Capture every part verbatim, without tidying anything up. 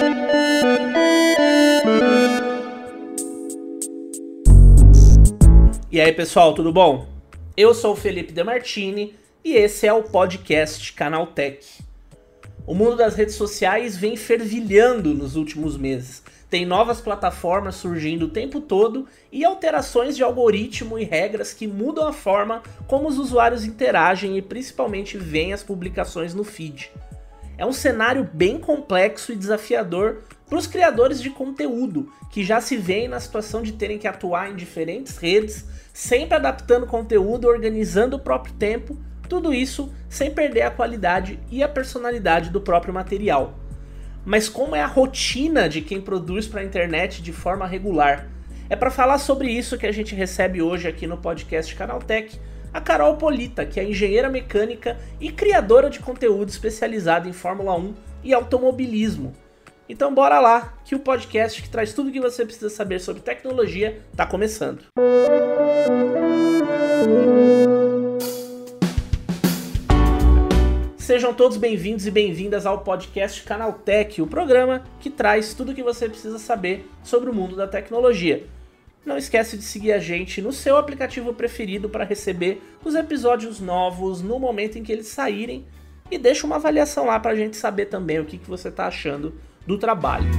E aí, pessoal, tudo bom? Eu sou o Felipe Demartini e esse é o podcast Canaltech. O mundo das redes sociais vem fervilhando nos últimos meses. Tem novas plataformas surgindo o tempo todo e alterações de algoritmo e regras que mudam a forma como os usuários interagem e principalmente veem as publicações no feed. É um cenário bem complexo e desafiador para os criadores de conteúdo, que já se veem na situação de terem que atuar em diferentes redes, sempre adaptando conteúdo, organizando o próprio tempo, tudo isso sem perder a qualidade e a personalidade do próprio material. Mas como é a rotina de quem produz para a internet de forma regular? É para falar sobre isso que a gente recebe hoje aqui no podcast Canaltech a Carol Polita, que é engenheira mecânica e criadora de conteúdo especializada em Fórmula um e automobilismo. Então bora lá, que o podcast que traz tudo o que você precisa saber sobre tecnologia está começando. Sejam todos bem-vindos e bem-vindas ao podcast Canaltech, o programa que traz tudo o que você precisa saber sobre o mundo da tecnologia. Não esquece de seguir a gente no seu aplicativo preferido para receber os episódios novos no momento em que eles saírem e deixa uma avaliação lá para a gente saber também o que, que você está achando do trabalho.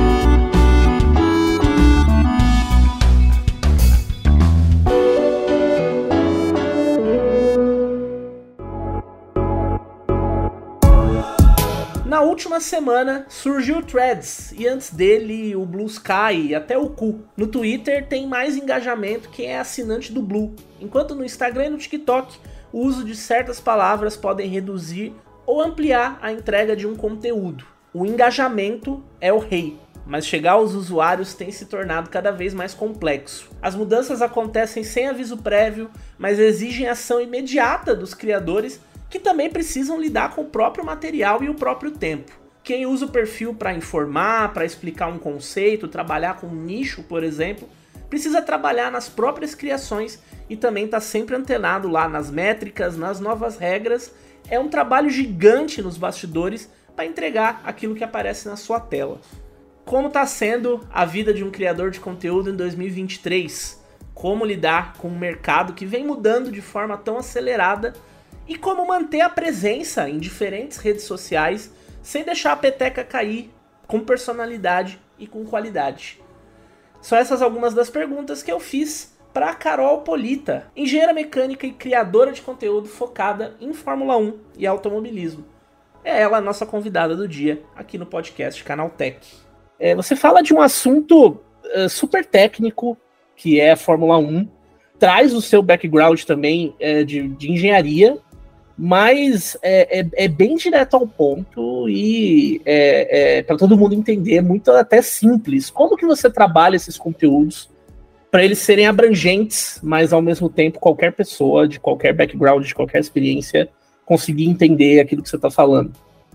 Na última semana surgiu o Threads e antes dele o Blue Sky e até o Ku. No Twitter tem mais engajamento quem é assinante do Blue, enquanto no Instagram e no TikTok o uso de certas palavras podem reduzir ou ampliar a entrega de um conteúdo. O engajamento é o rei, mas chegar aos usuários tem se tornado cada vez mais complexo. As mudanças acontecem sem aviso prévio, mas exigem ação imediata dos criadores que também precisam lidar com o próprio material e o próprio tempo. Quem usa o perfil para informar, para explicar um conceito, trabalhar com um nicho, por exemplo, precisa trabalhar nas próprias criações e também está sempre antenado lá nas métricas, nas novas regras. É um trabalho gigante nos bastidores para entregar aquilo que aparece na sua tela. Como está sendo a vida de um criador de conteúdo em dois mil e vinte e três? Como lidar com um mercado que vem mudando de forma tão acelerada? E como manter a presença em diferentes redes sociais sem deixar a peteca cair, com personalidade e com qualidade? São essas algumas das perguntas que eu fiz para a Carol Polita, engenheira mecânica e criadora de conteúdo focada em Fórmula um e automobilismo. É ela a nossa convidada do dia aqui no podcast Canaltech. É, você fala de um assunto uh, super técnico, que é a Fórmula um, traz o seu background também uh, de, de engenharia, mas é, é, é bem direto ao ponto e é, é, para todo mundo entender, muito até simples. Como que você trabalha esses conteúdos para eles serem abrangentes, mas ao mesmo tempo qualquer pessoa, de qualquer background, de qualquer experiência, conseguir entender aquilo que você está falando?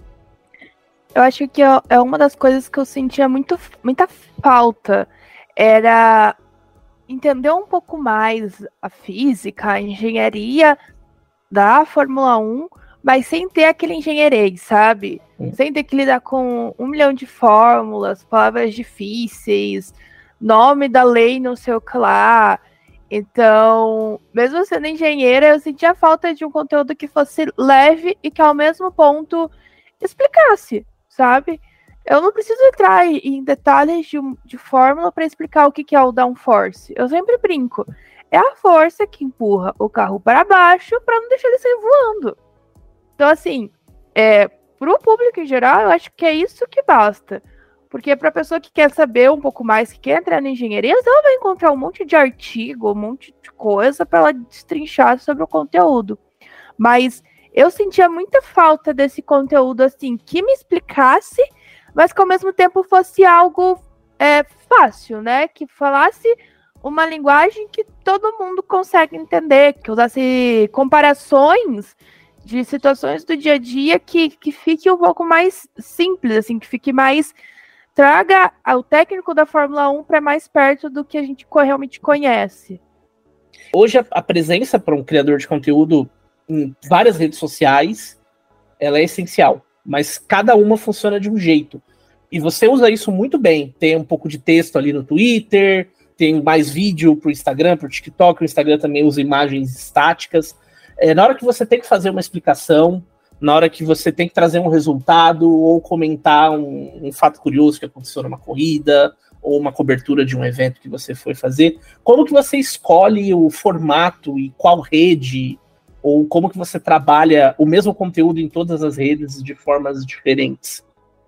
Eu acho que é uma das coisas que eu sentia muito, muita falta, era entender um pouco mais a física, a engenharia da Fórmula um, mas sem ter aquele engenheirês, sabe? Hum. Sem ter que lidar com um milhão de fórmulas, palavras difíceis, nome da lei não sei o que lá. Então, mesmo sendo engenheira, eu sentia falta de um conteúdo que fosse leve e que ao mesmo ponto explicasse, sabe? Eu não preciso entrar em detalhes de, de fórmula para explicar o que, que é o downforce. Eu sempre brinco. É a força que empurra o carro para baixo para não deixar ele sair voando. Então, assim, é, para o público em geral, eu acho que é isso que basta. Porque para a pessoa que quer saber um pouco mais, que quer entrar na engenharia, ela vai encontrar um monte de artigo, um monte de coisa para ela destrinchar sobre o conteúdo. Mas eu sentia muita falta desse conteúdo, assim, que me explicasse, mas que ao mesmo tempo fosse algo é, fácil, né? Que falasse uma linguagem que todo mundo consegue entender, que usasse comparações de situações do dia a dia que, que fique um pouco mais simples, assim, que fique mais... traga o técnico da Fórmula um para mais perto do que a gente realmente conhece. Hoje a, a presença para um criador de conteúdo em várias redes sociais, ela é essencial, mas cada uma funciona de um jeito. E você usa isso muito bem. Tem um pouco de texto ali no Twitter, tem mais vídeo pro Instagram, pro TikTok. O Instagram também usa imagens estáticas. É, na hora que você tem que fazer uma explicação, na hora que você tem que trazer um resultado ou comentar um, um fato curioso que aconteceu numa corrida ou uma cobertura de um evento que você foi fazer, como que você escolhe o formato e qual rede, ou como que você trabalha o mesmo conteúdo em todas as redes de formas diferentes?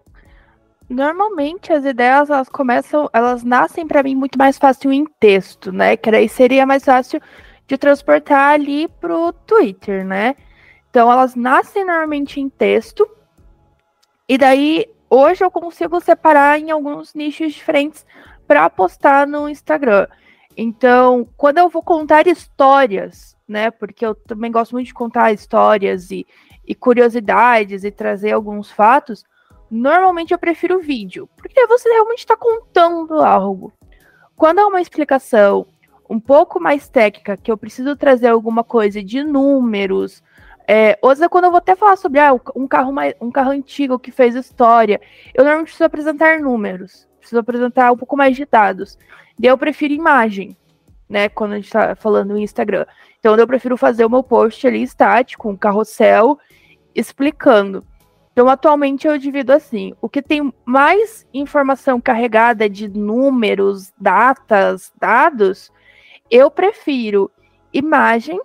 Normalmente as ideias, elas começam, elas nascem para mim muito mais fácil em texto, né? Que daí seria mais fácil de transportar ali pro Twitter, né? Então elas nascem normalmente em texto, e daí hoje eu consigo separar em alguns nichos diferentes para postar no Instagram. Então, quando eu vou contar histórias, né? Porque eu também gosto muito de contar histórias e, e curiosidades e trazer alguns fatos. Normalmente eu prefiro vídeo, porque você realmente está contando algo. Quando é uma explicação um pouco mais técnica, que eu preciso trazer alguma coisa de números, é, ou seja, quando eu vou até falar sobre ah, um, carro mais, um carro antigo que fez história, eu normalmente preciso apresentar números, preciso apresentar um pouco mais de dados. Daí eu prefiro imagem, né, quando a gente está falando no Instagram. Então eu prefiro fazer o meu post ali estático, um carrossel, explicando. Então, atualmente eu divido assim, o que tem mais informação carregada de números, datas, dados, eu prefiro imagem,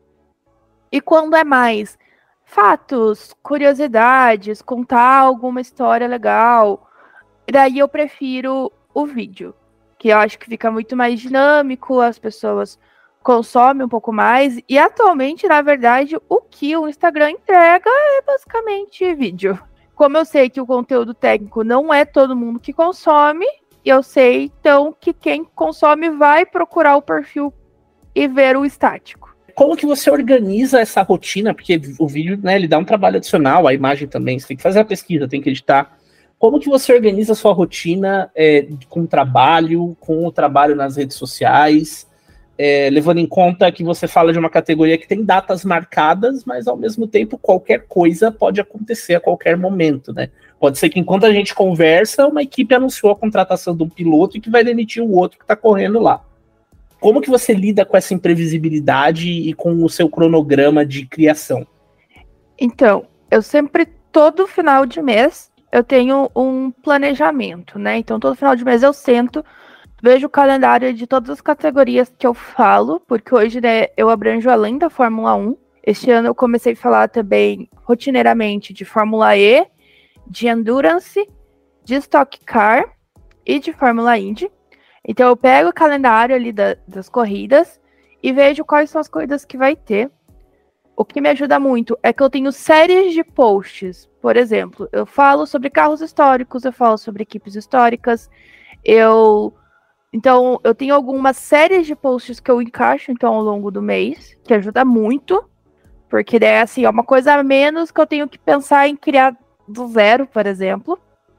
e quando é mais fatos, curiosidades, contar alguma história legal, daí eu prefiro o vídeo, que eu acho que fica muito mais dinâmico, as pessoas consomem um pouco mais, e atualmente, na verdade, o que o Instagram entrega é basicamente vídeo. Como eu sei que o conteúdo técnico não é todo mundo que consome, eu sei, então, que quem consome vai procurar o perfil e ver o estático. Como que você organiza essa rotina? Porque o vídeo, né, ele dá um trabalho adicional, a imagem também, você tem que fazer a pesquisa, tem que editar. Como que você organiza a sua rotina é, com o trabalho, com o trabalho nas redes sociais? É, levando em conta que você fala de uma categoria que tem datas marcadas, mas ao mesmo tempo qualquer coisa pode acontecer a qualquer momento, né? Pode ser que enquanto a gente conversa, uma equipe anunciou a contratação de um piloto e que vai demitir o outro que está correndo lá. Como que você lida com essa imprevisibilidade e com o seu cronograma de criação? Então, eu sempre, todo final de mês, eu tenho um planejamento, né? Então, todo final de mês eu sento, vejo o calendário de todas as categorias que eu falo, porque hoje, né, eu abranjo além da Fórmula um. Este ano eu comecei a falar também rotineiramente de Fórmula E, de Endurance, de Stock Car e de Fórmula Indy. Então eu pego o calendário ali da, das corridas e vejo quais são as corridas que vai ter. O que me ajuda muito é que eu tenho séries de posts. Por exemplo, eu falo sobre carros históricos, eu falo sobre equipes históricas, eu... Então, eu tenho algumas séries de posts que eu encaixo, então, ao longo do mês, que ajuda muito, porque daí, assim, é uma coisa a menos que eu tenho que pensar em criar do zero, por exemplo.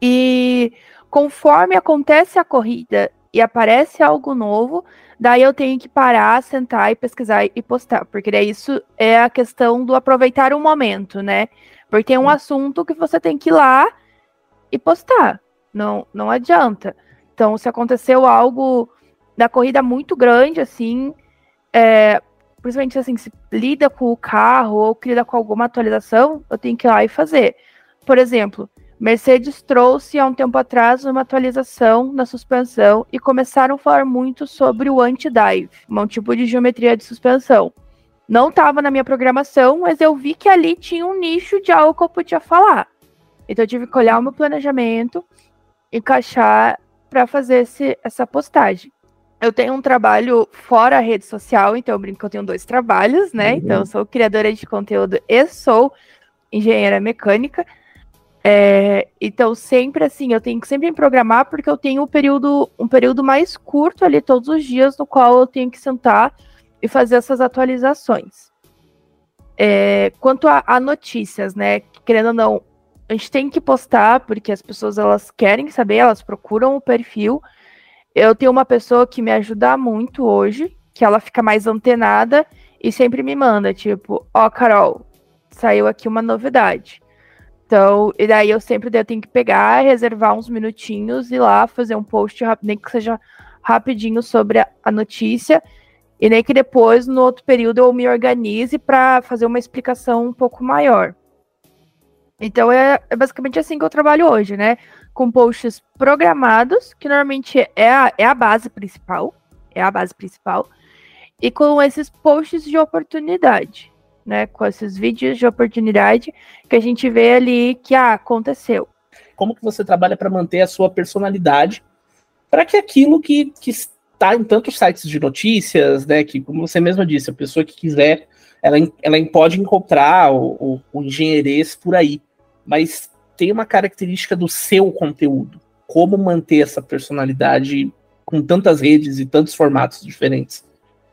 E conforme acontece a corrida e aparece algo novo, daí eu tenho que parar, sentar e pesquisar e postar, porque daí isso é a questão do aproveitar o momento, né? Porque tem um assunto que você tem que ir lá e postar, não, não adianta. Então, se aconteceu algo da corrida muito grande, assim, é, principalmente assim, se lida com o carro ou lida com alguma atualização, eu tenho que ir lá e fazer. Por exemplo, Mercedes trouxe há um tempo atrás uma atualização na suspensão e começaram a falar muito sobre o anti-dive, um tipo de geometria de suspensão. Não estava na minha programação, mas eu vi que ali tinha um nicho de algo que eu podia falar. Então eu tive que olhar o meu planejamento, encaixar para fazer esse, essa postagem. Eu tenho um trabalho fora a rede social, então eu brinco que eu tenho dois trabalhos, né? Uhum. Então eu sou criadora de conteúdo e sou engenheira mecânica. É, então sempre assim, eu tenho que sempre me programar porque eu tenho um período, um período mais curto ali todos os dias no qual eu tenho que sentar e fazer essas atualizações. É, quanto a, a notícias, né? Querendo ou não, a gente tem que postar, porque as pessoas elas querem saber, elas procuram o perfil. Eu tenho uma pessoa que me ajuda muito hoje, que ela fica mais antenada e sempre me manda, tipo, ó, oh, Carol, saiu aqui uma novidade. Então, e daí eu sempre eu tenho que pegar, reservar uns minutinhos e ir lá fazer um post, nem que seja rapidinho sobre a, a notícia, e nem que depois, no outro período, eu me organize para fazer uma explicação um pouco maior. Então, é, é basicamente assim que eu trabalho hoje, né? Com posts programados, que normalmente é a, é a base principal, é a base principal, e com esses posts de oportunidade, né? Com esses vídeos de oportunidade que a gente vê ali que ah, aconteceu. Como que você trabalha para manter a sua personalidade, para que aquilo que, que está em tantos sites de notícias, né? Que, como você mesma disse, a pessoa que quiser, ela, ela pode encontrar o, o, o engenheirês por aí, mas tem uma característica do seu conteúdo. Como manter essa personalidade com tantas redes e tantos formatos diferentes?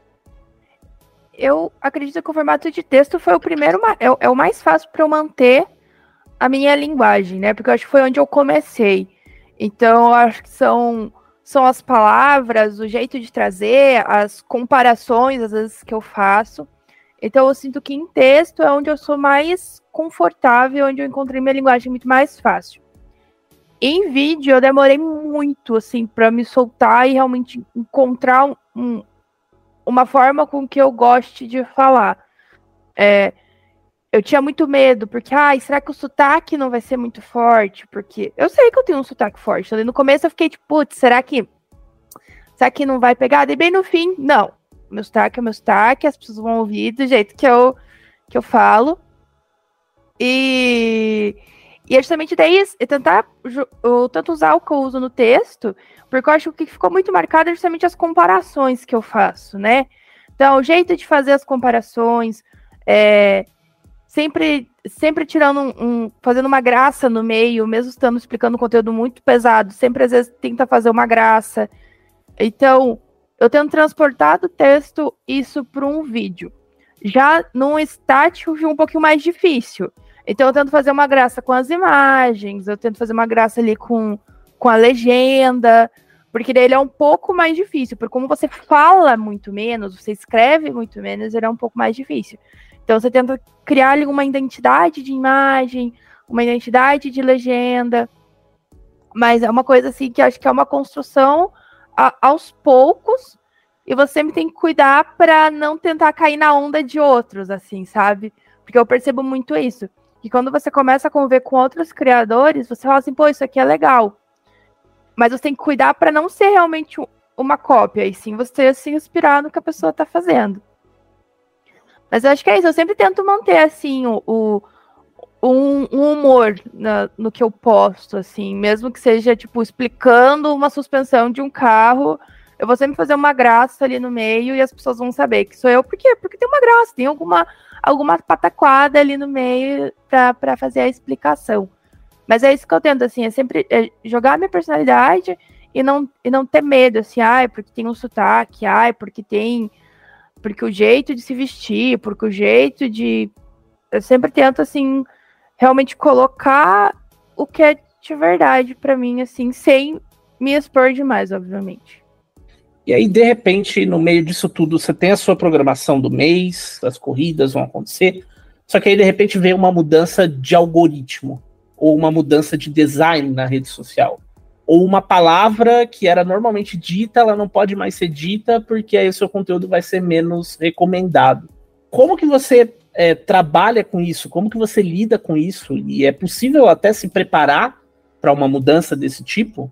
Eu acredito que o formato de texto foi o primeiro, é, é o mais fácil para eu manter a minha linguagem, né? Porque eu acho que foi onde eu comecei. Então, eu acho que são, são as palavras, o jeito de trazer, as comparações, às vezes, que eu faço. Então, eu sinto que em texto é onde eu sou mais confortável, onde eu encontrei minha linguagem muito mais fácil. Em vídeo, eu demorei muito, assim, para me soltar e realmente encontrar um, uma forma com que eu goste de falar. É, eu tinha muito medo, porque, ai, será que o sotaque não vai ser muito forte? Porque eu sei que eu tenho um sotaque forte. Ali no começo eu fiquei tipo, putz, será que, será que não vai pegar? E bem no fim, não. Meu sotaque é meu sotaque, as pessoas vão ouvir do jeito que eu, que eu falo. E, e é justamente daí, é tentar eu, tanto usar o que eu uso no texto, porque eu acho que o que ficou muito marcado é justamente as comparações que eu faço, né? Então, o jeito de fazer as comparações, é, sempre, sempre tirando um, um, fazendo uma graça no meio, mesmo estando explicando um conteúdo muito pesado, sempre às vezes tenta fazer uma graça. Então, eu tento transportar do texto isso para um vídeo. Já num estático, um pouquinho mais difícil. Então, eu tento fazer uma graça com as imagens, eu tento fazer uma graça ali com, com a legenda, porque daí ele é um pouco mais difícil, porque como você fala muito menos, você escreve muito menos, ele é um pouco mais difícil. Então, você tenta criar ali uma identidade de imagem, uma identidade de legenda, mas é uma coisa assim que eu acho que é uma construção a, aos poucos, e você sempre tem que cuidar para não tentar cair na onda de outros, assim, sabe? Porque eu percebo muito isso, que quando você começa a conviver com outros criadores, você fala assim, pô, isso aqui é legal, mas você tem que cuidar para não ser realmente uma cópia, e sim você se inspirar no que a pessoa está fazendo. Mas eu acho que é isso, eu sempre tento manter, assim, o, o, um, um humor na, no que eu posto, assim, mesmo que seja, tipo, explicando uma suspensão de um carro, eu vou sempre fazer uma graça ali no meio e as pessoas vão saber que sou eu, por quê? Porque tem uma graça, tem alguma, alguma pataquada ali no meio para fazer a explicação. Mas é isso que eu tento, assim, é sempre é jogar a minha personalidade e não, e não ter medo, assim, ai, porque tem um sotaque, ai, porque tem... Porque o jeito de se vestir, porque o jeito de... Eu sempre tento, assim, realmente colocar o que é de verdade pra mim, assim, sem me expor demais, obviamente. E aí, de repente, no meio disso tudo, você tem a sua programação do mês, as corridas vão acontecer, só que aí, de repente, vem uma mudança de algoritmo, ou uma mudança de design na rede social. Ou uma palavra que era normalmente dita, ela não pode mais ser dita, porque aí o seu conteúdo vai ser menos recomendado. Como que você é, trabalha com isso? Como que você lida com isso? E é possível até se preparar para uma mudança desse tipo?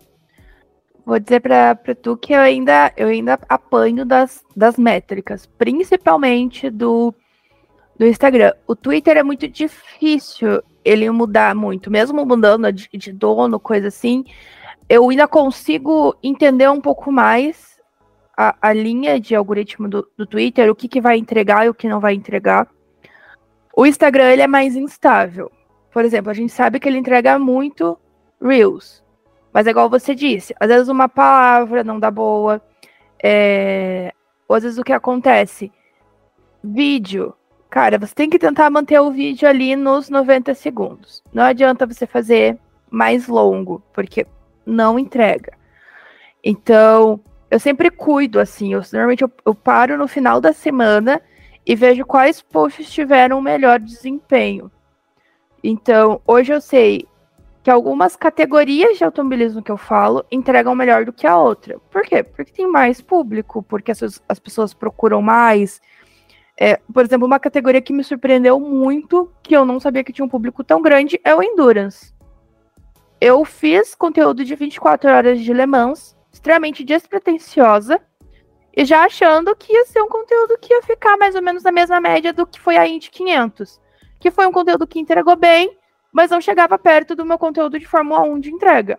Vou dizer para tu que eu ainda, eu ainda apanho das, das métricas, principalmente do, do Instagram. O Twitter é muito difícil ele mudar muito, mesmo mudando de, de dono, coisa assim, eu ainda consigo entender um pouco mais a, a linha de algoritmo do, do Twitter, o que, que vai entregar e o que não vai entregar. O Instagram, ele é mais instável. Por exemplo, a gente sabe que ele entrega muito Reels, mas é igual você disse, às vezes uma palavra não dá boa, é... ou às vezes o que acontece? Vídeo. Cara, você tem que tentar manter o vídeo ali nos noventa segundos. Não adianta você fazer mais longo, porque não entrega. Então, eu sempre cuido, assim. Eu, normalmente eu, eu paro no final da semana e vejo quais posts tiveram o melhor desempenho. Então, hoje eu sei que algumas categorias de automobilismo que eu falo entregam melhor do que a outra. Por quê? Porque tem mais público, porque as, as pessoas procuram mais. É, por exemplo, uma categoria que me surpreendeu muito, que eu não sabia que tinha um público tão grande, é o Endurance. Eu fiz conteúdo de vinte e quatro horas de Le Mans, extremamente despretensiosa, e já achando que ia ser um conteúdo que ia ficar mais ou menos na mesma média do que foi a Indy quinhentos. Que foi um conteúdo que entregou bem, mas não chegava perto do meu conteúdo de Fórmula um de entrega.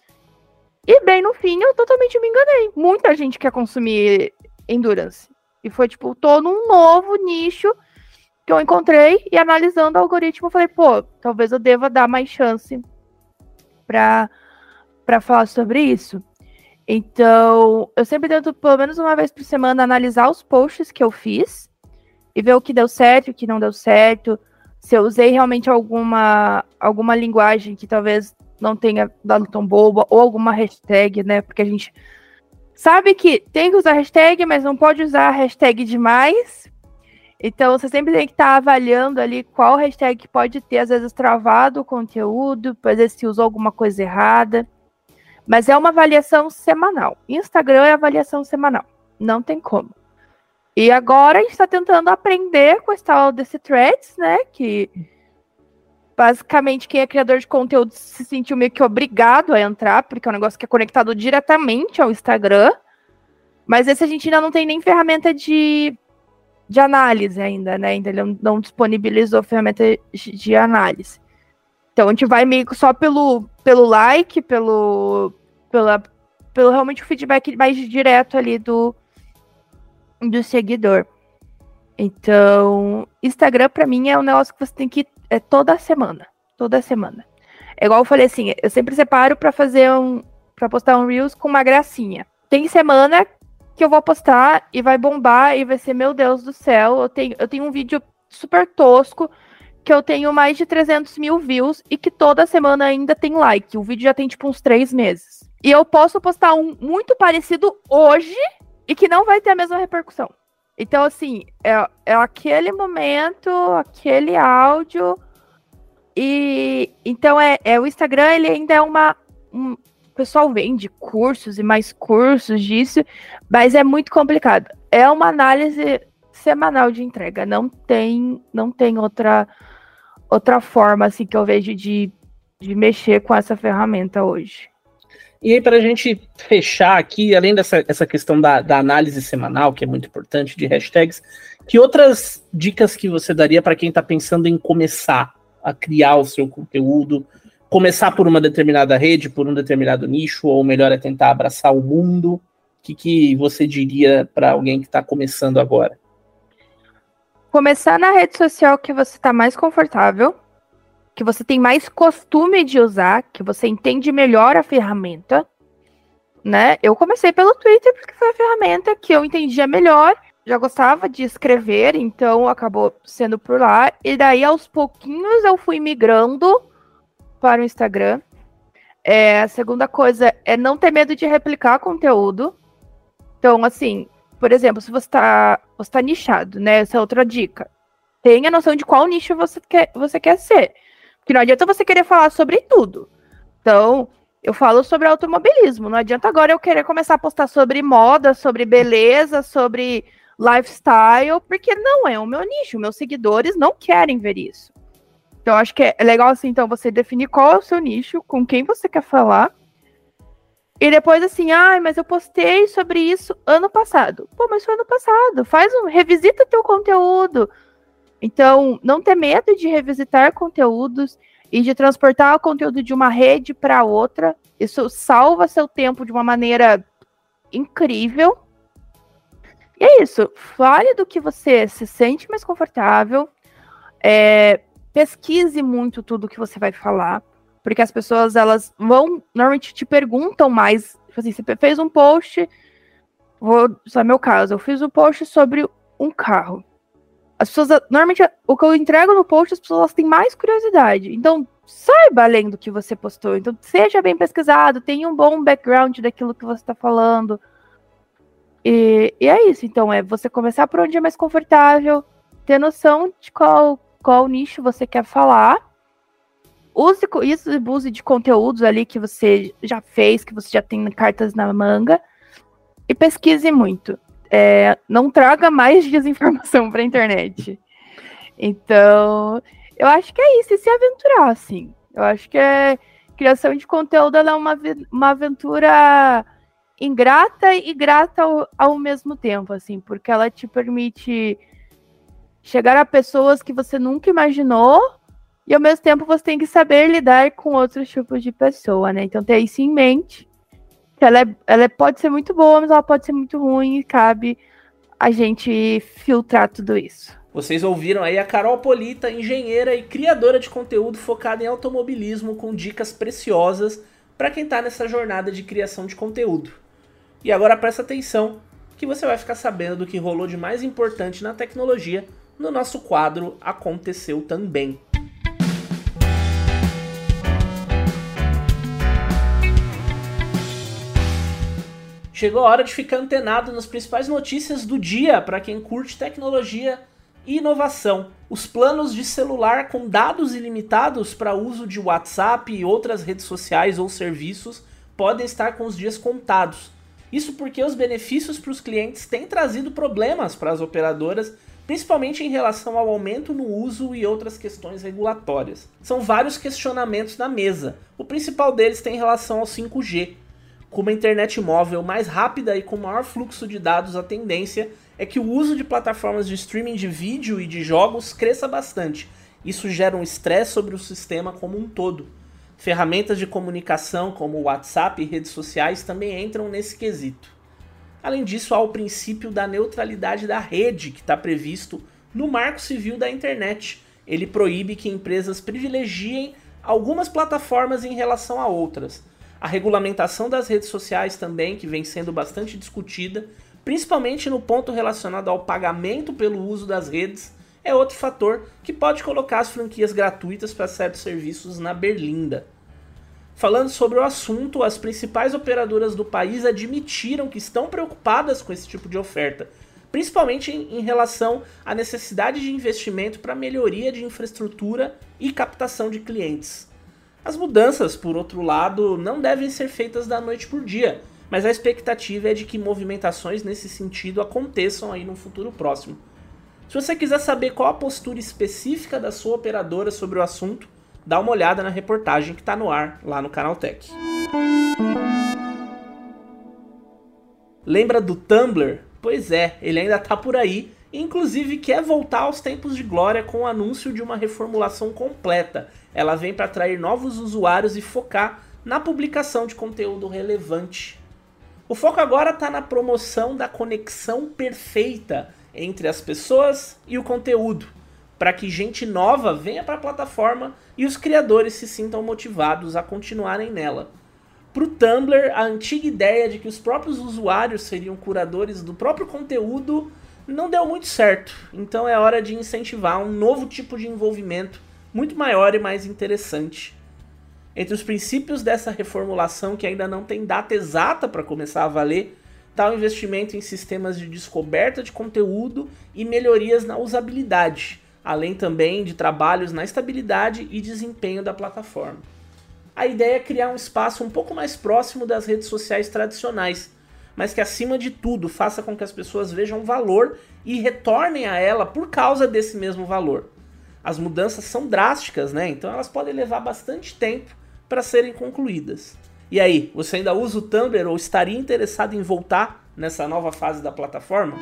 E bem no fim, eu totalmente me enganei. Muita gente quer consumir Endurance. E foi, tipo, tô num novo nicho que eu encontrei e analisando o algoritmo, eu falei, pô, talvez eu deva dar mais chance pra, pra falar sobre isso. Então, eu sempre tento, pelo menos uma vez por semana, analisar os posts que eu fiz e ver o que deu certo, o que não deu certo, se eu usei realmente alguma, alguma linguagem que talvez não tenha dado tão boa, ou alguma hashtag, né? Porque a gente sabe que tem que usar hashtag, mas não pode usar hashtag demais. Então, você sempre tem que estar avaliando ali qual hashtag pode ter, às vezes, travado o conteúdo, às vezes se usou alguma coisa errada. Mas é uma avaliação semanal. Instagram é avaliação semanal. Não tem como. E agora a gente está tentando aprender com esse tal desse Threads, né? Que basicamente quem é criador de conteúdo se sentiu meio que obrigado a entrar, porque é um negócio que é conectado diretamente ao Instagram. Mas esse a gente ainda não tem nem ferramenta de, de análise ainda, né? Ainda ele não disponibilizou ferramenta de análise. Então a gente vai meio que só pelo, pelo like, pelo, pela, pelo realmente o feedback mais direto ali do, do seguidor. Então, Instagram pra mim é um negócio que você tem que ir é, toda semana. Toda semana. É igual eu falei assim, eu sempre separo pra fazer um. Pra postar um Reels com uma gracinha. Tem semana que eu vou postar e vai bombar e vai ser, meu Deus do céu. Eu tenho, eu tenho um vídeo super tosco que eu tenho mais de trezentos mil views e que toda semana ainda tem like. O vídeo já tem, tipo, uns três meses. E eu posso postar um muito parecido hoje e que não vai ter a mesma repercussão. Então, assim, é, é aquele momento, aquele áudio. E então, é, é o Instagram, ele ainda é uma... Um, o pessoal vende cursos e mais cursos disso, mas é muito complicado. É uma análise semanal de entrega. Não tem, não tem outra... outra forma, assim, que eu vejo de, de mexer com essa ferramenta hoje. E aí, para a gente fechar aqui, além dessa essa questão da, da análise semanal, que é muito importante, de hashtags, que outras dicas que você daria para quem está pensando em começar a criar o seu conteúdo, começar por uma determinada rede, por um determinado nicho, ou melhor é tentar abraçar o mundo? O que, que você diria para alguém que está começando agora? Começar na rede social que você está mais confortável, que você tem mais costume de usar, que você entende melhor a ferramenta, né? Eu comecei pelo Twitter porque foi a ferramenta que eu entendia melhor, já gostava de escrever, então acabou sendo por lá. E daí, aos pouquinhos, eu fui migrando para o Instagram. É, a segunda coisa é não ter medo de replicar conteúdo. Então, assim... Por exemplo, se você está você tá nichado, né? Essa é outra dica. Tenha noção de qual nicho você quer, você quer ser. Porque não adianta você querer falar sobre tudo. Então, eu falo sobre automobilismo. Não adianta agora eu querer começar a postar sobre moda, sobre beleza, sobre lifestyle, porque não é o meu nicho. Meus seguidores não querem ver isso. Então, acho que é legal, assim, então, você definir qual é o seu nicho, com quem você quer falar. E depois assim, ai, ah, mas eu postei sobre isso ano passado. Pô, mas foi ano passado. Faz um, revisita teu conteúdo. Então, não ter medo de revisitar conteúdos e de transportar o conteúdo de uma rede para outra. Isso salva seu tempo de uma maneira incrível. E é isso. Fale do que você se sente mais confortável. É, pesquise muito tudo que você vai falar. Porque as pessoas, elas vão, normalmente te perguntam mais, assim, você fez um post, vou, isso é meu caso, eu fiz um post sobre um carro. As pessoas, normalmente, o que eu entrego no post, as pessoas elas têm mais curiosidade. Então, saiba além do que você postou. Então, seja bem pesquisado, tenha um bom background daquilo que você está falando. E, e é isso, então, é você começar por onde é mais confortável, ter noção de qual, qual nicho você quer falar, use isso, use de conteúdos ali que você já fez, que você já tem cartas na manga, e pesquise muito. É, não traga mais desinformação para a internet. Então, eu acho que é isso, e se aventurar, assim. Eu acho que é, criação de conteúdo ela é uma, uma aventura ingrata e grata ao, ao mesmo tempo, assim, porque ela te permite chegar a pessoas que você nunca imaginou, e ao mesmo tempo você tem que saber lidar com outros tipos de pessoa, né? Então, ter isso em mente. Ela, é, ela pode ser muito boa, mas ela pode ser muito ruim, e cabe a gente filtrar tudo isso. Vocês ouviram aí a Carol Polita, engenheira e criadora de conteúdo focada em automobilismo, com dicas preciosas para quem está nessa jornada de criação de conteúdo. E agora presta atenção, que você vai ficar sabendo do que rolou de mais importante na tecnologia no nosso quadro Aconteceu Também. Chegou a hora de ficar antenado nas principais notícias do dia para quem curte tecnologia e inovação. Os planos de celular com dados ilimitados para uso de WhatsApp e outras redes sociais ou serviços podem estar com os dias contados. Isso porque os benefícios para os clientes têm trazido problemas para as operadoras, principalmente em relação ao aumento no uso e outras questões regulatórias. São vários questionamentos na mesa. O principal deles tem relação ao cinco G. Com uma internet móvel mais rápida e com maior fluxo de dados, a tendência é que o uso de plataformas de streaming de vídeo e de jogos cresça bastante. Isso gera um estresse sobre o sistema como um todo. Ferramentas de comunicação como o WhatsApp e redes sociais também entram nesse quesito. Além disso, há o princípio da neutralidade da rede, que está previsto no Marco Civil da Internet. Ele proíbe que empresas privilegiem algumas plataformas em relação a outras. A regulamentação das redes sociais também, que vem sendo bastante discutida, principalmente no ponto relacionado ao pagamento pelo uso das redes, é outro fator que pode colocar as franquias gratuitas para certos serviços na berlinda. Falando sobre o assunto, as principais operadoras do país admitiram que estão preocupadas com esse tipo de oferta, principalmente em, em relação à necessidade de investimento para melhoria de infraestrutura e captação de clientes. As mudanças, por outro lado, não devem ser feitas da noite por dia, mas a expectativa é de que movimentações nesse sentido aconteçam aí no futuro próximo. Se você quiser saber qual a postura específica da sua operadora sobre o assunto, dá uma olhada na reportagem que está no ar lá no Canaltech. Lembra do Tumblr? Pois é, ele ainda está por aí e inclusive quer voltar aos tempos de glória com o anúncio de uma reformulação completa. Ela vem para atrair novos usuários e focar na publicação de conteúdo relevante. O foco agora está na promoção da conexão perfeita entre as pessoas e o conteúdo, para que gente nova venha para a plataforma e os criadores se sintam motivados a continuarem nela. Para o Tumblr, a antiga ideia de que os próprios usuários seriam curadores do próprio conteúdo não deu muito certo, então é hora de incentivar um novo tipo de envolvimento muito maior e mais interessante. Entre os princípios dessa reformulação, que ainda não tem data exata para começar a valer, está o investimento em sistemas de descoberta de conteúdo e melhorias na usabilidade, além também de trabalhos na estabilidade e desempenho da plataforma. A ideia é criar um espaço um pouco mais próximo das redes sociais tradicionais, mas que acima de tudo faça com que as pessoas vejam valor e retornem a ela por causa desse mesmo valor. As mudanças são drásticas, né? Então elas podem levar bastante tempo para serem concluídas. E aí, você ainda usa o Tumblr ou estaria interessado em voltar nessa nova fase da plataforma?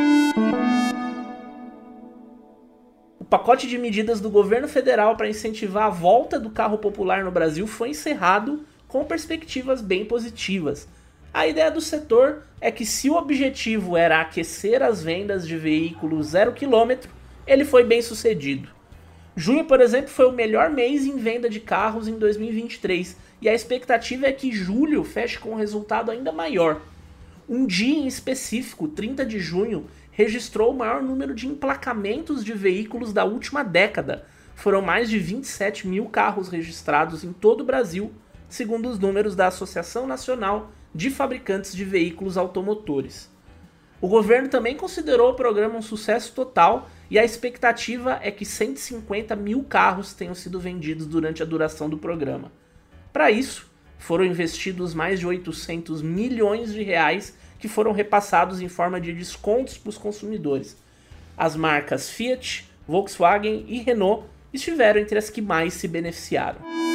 O pacote de medidas do governo federal para incentivar a volta do carro popular no Brasil foi encerrado com perspectivas bem positivas. A ideia do setor é que se o objetivo era aquecer as vendas de veículos zero quilômetro, ele foi bem sucedido. Junho, por exemplo, foi o melhor mês em venda de carros em dois mil e vinte e três, e a expectativa é que julho feche com um resultado ainda maior. Um dia em específico, trinta de junho, registrou o maior número de emplacamentos de veículos da última década. Foram mais de vinte e sete mil carros registrados em todo o Brasil, segundo os números da Associação Nacional de Fabricantes de Veículos Automotores. O governo também considerou o programa um sucesso total e a expectativa é que cento e cinquenta mil carros tenham sido vendidos durante a duração do programa. Para isso, foram investidos mais de oitocentos milhões de reais que foram repassados em forma de descontos para os consumidores. As marcas Fiat, Volkswagen e Renault estiveram entre as que mais se beneficiaram.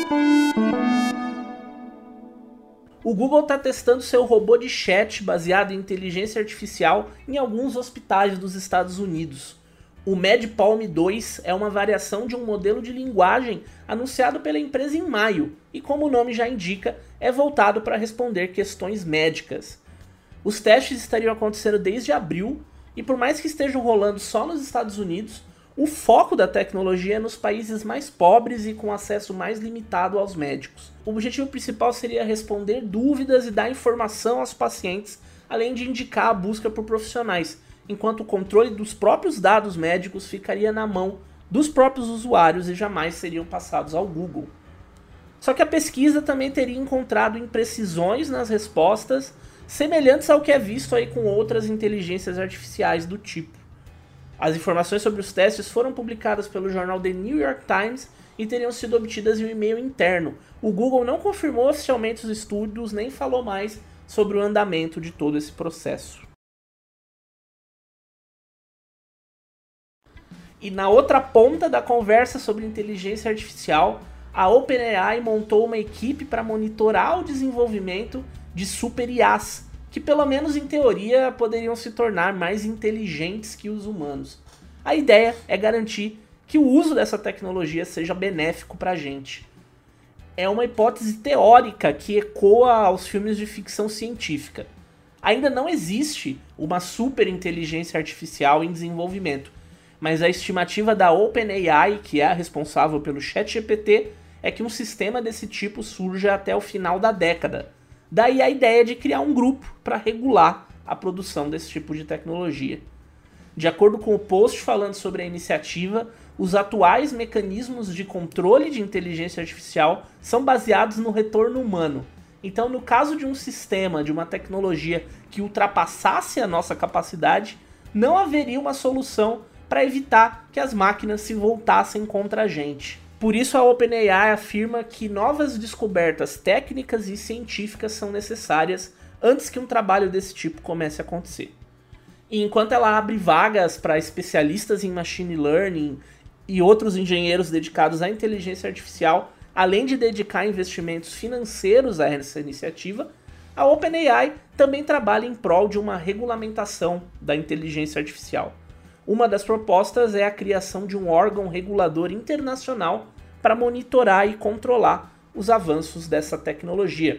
O Google está testando seu robô de chat baseado em inteligência artificial em alguns hospitais dos Estados Unidos. O MedPalm dois é uma variação de um modelo de linguagem anunciado pela empresa em maio e, como o nome já indica, é voltado para responder questões médicas. Os testes estariam acontecendo desde abril e, por mais que estejam rolando só nos Estados Unidos, o foco da tecnologia é nos países mais pobres e com acesso mais limitado aos médicos. O objetivo principal seria responder dúvidas e dar informação aos pacientes, além de indicar a busca por profissionais, enquanto o controle dos próprios dados médicos ficaria na mão dos próprios usuários e jamais seriam passados ao Google. Só que a pesquisa também teria encontrado imprecisões nas respostas, semelhantes ao que é visto aí com outras inteligências artificiais do tipo. As informações sobre os testes foram publicadas pelo jornal The New York Times e teriam sido obtidas em um e-mail interno. O Google não confirmou oficialmente os estudos nem falou mais sobre o andamento de todo esse processo. E na outra ponta da conversa sobre inteligência artificial, a OpenAI montou uma equipe para monitorar o desenvolvimento de super I As, que pelo menos em teoria poderiam se tornar mais inteligentes que os humanos. A ideia é garantir que o uso dessa tecnologia seja benéfico para a gente. É uma hipótese teórica que ecoa aos filmes de ficção científica. Ainda não existe uma super inteligência artificial em desenvolvimento, mas a estimativa da OpenAI, que é a responsável pelo ChatGPT, é que um sistema desse tipo surja até o final da década. Daí a ideia de criar um grupo para regular a produção desse tipo de tecnologia. De acordo com o post falando sobre a iniciativa, os atuais mecanismos de controle de inteligência artificial são baseados no retorno humano. Então, no caso de um sistema, de uma tecnologia que ultrapassasse a nossa capacidade, não haveria uma solução para evitar que as máquinas se voltassem contra a gente. Por isso a OpenAI afirma que novas descobertas técnicas e científicas são necessárias antes que um trabalho desse tipo comece a acontecer. E enquanto ela abre vagas para especialistas em machine learning e outros engenheiros dedicados à inteligência artificial, além de dedicar investimentos financeiros a essa iniciativa, a OpenAI também trabalha em prol de uma regulamentação da inteligência artificial. Uma das propostas é a criação de um órgão regulador internacional para monitorar e controlar os avanços dessa tecnologia.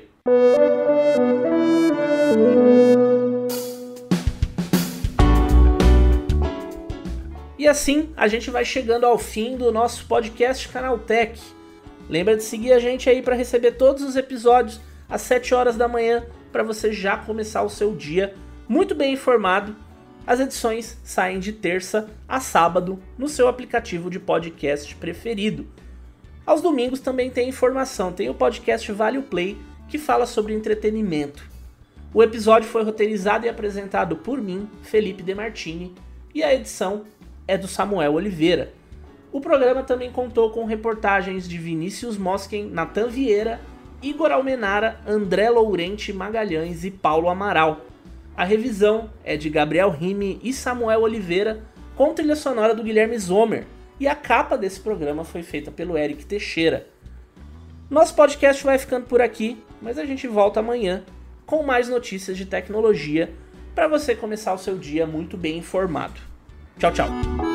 E assim a gente vai chegando ao fim do nosso podcast Canaltech. Lembra de seguir a gente aí para receber todos os episódios às sete horas da manhã, para você já começar o seu dia muito bem informado. As edições saem de terça a sábado no seu aplicativo de podcast preferido. Aos domingos também tem informação, tem o podcast Vale o Play, que fala sobre entretenimento. O episódio foi roteirizado e apresentado por mim, Felipe Demartini, e a edição é do Samuel Oliveira. O programa também contou com reportagens de Vinícius Mosquen, Natan Vieira, Igor Almenara, André Lourente Magalhães e Paulo Amaral. A revisão é de Gabriel Rime e Samuel Oliveira, com trilha sonora do Guilherme Zomer, e a capa desse programa foi feita pelo Eric Teixeira. Nosso podcast vai ficando por aqui, mas a gente volta amanhã com mais notícias de tecnologia para você começar o seu dia muito bem informado. Tchau, tchau!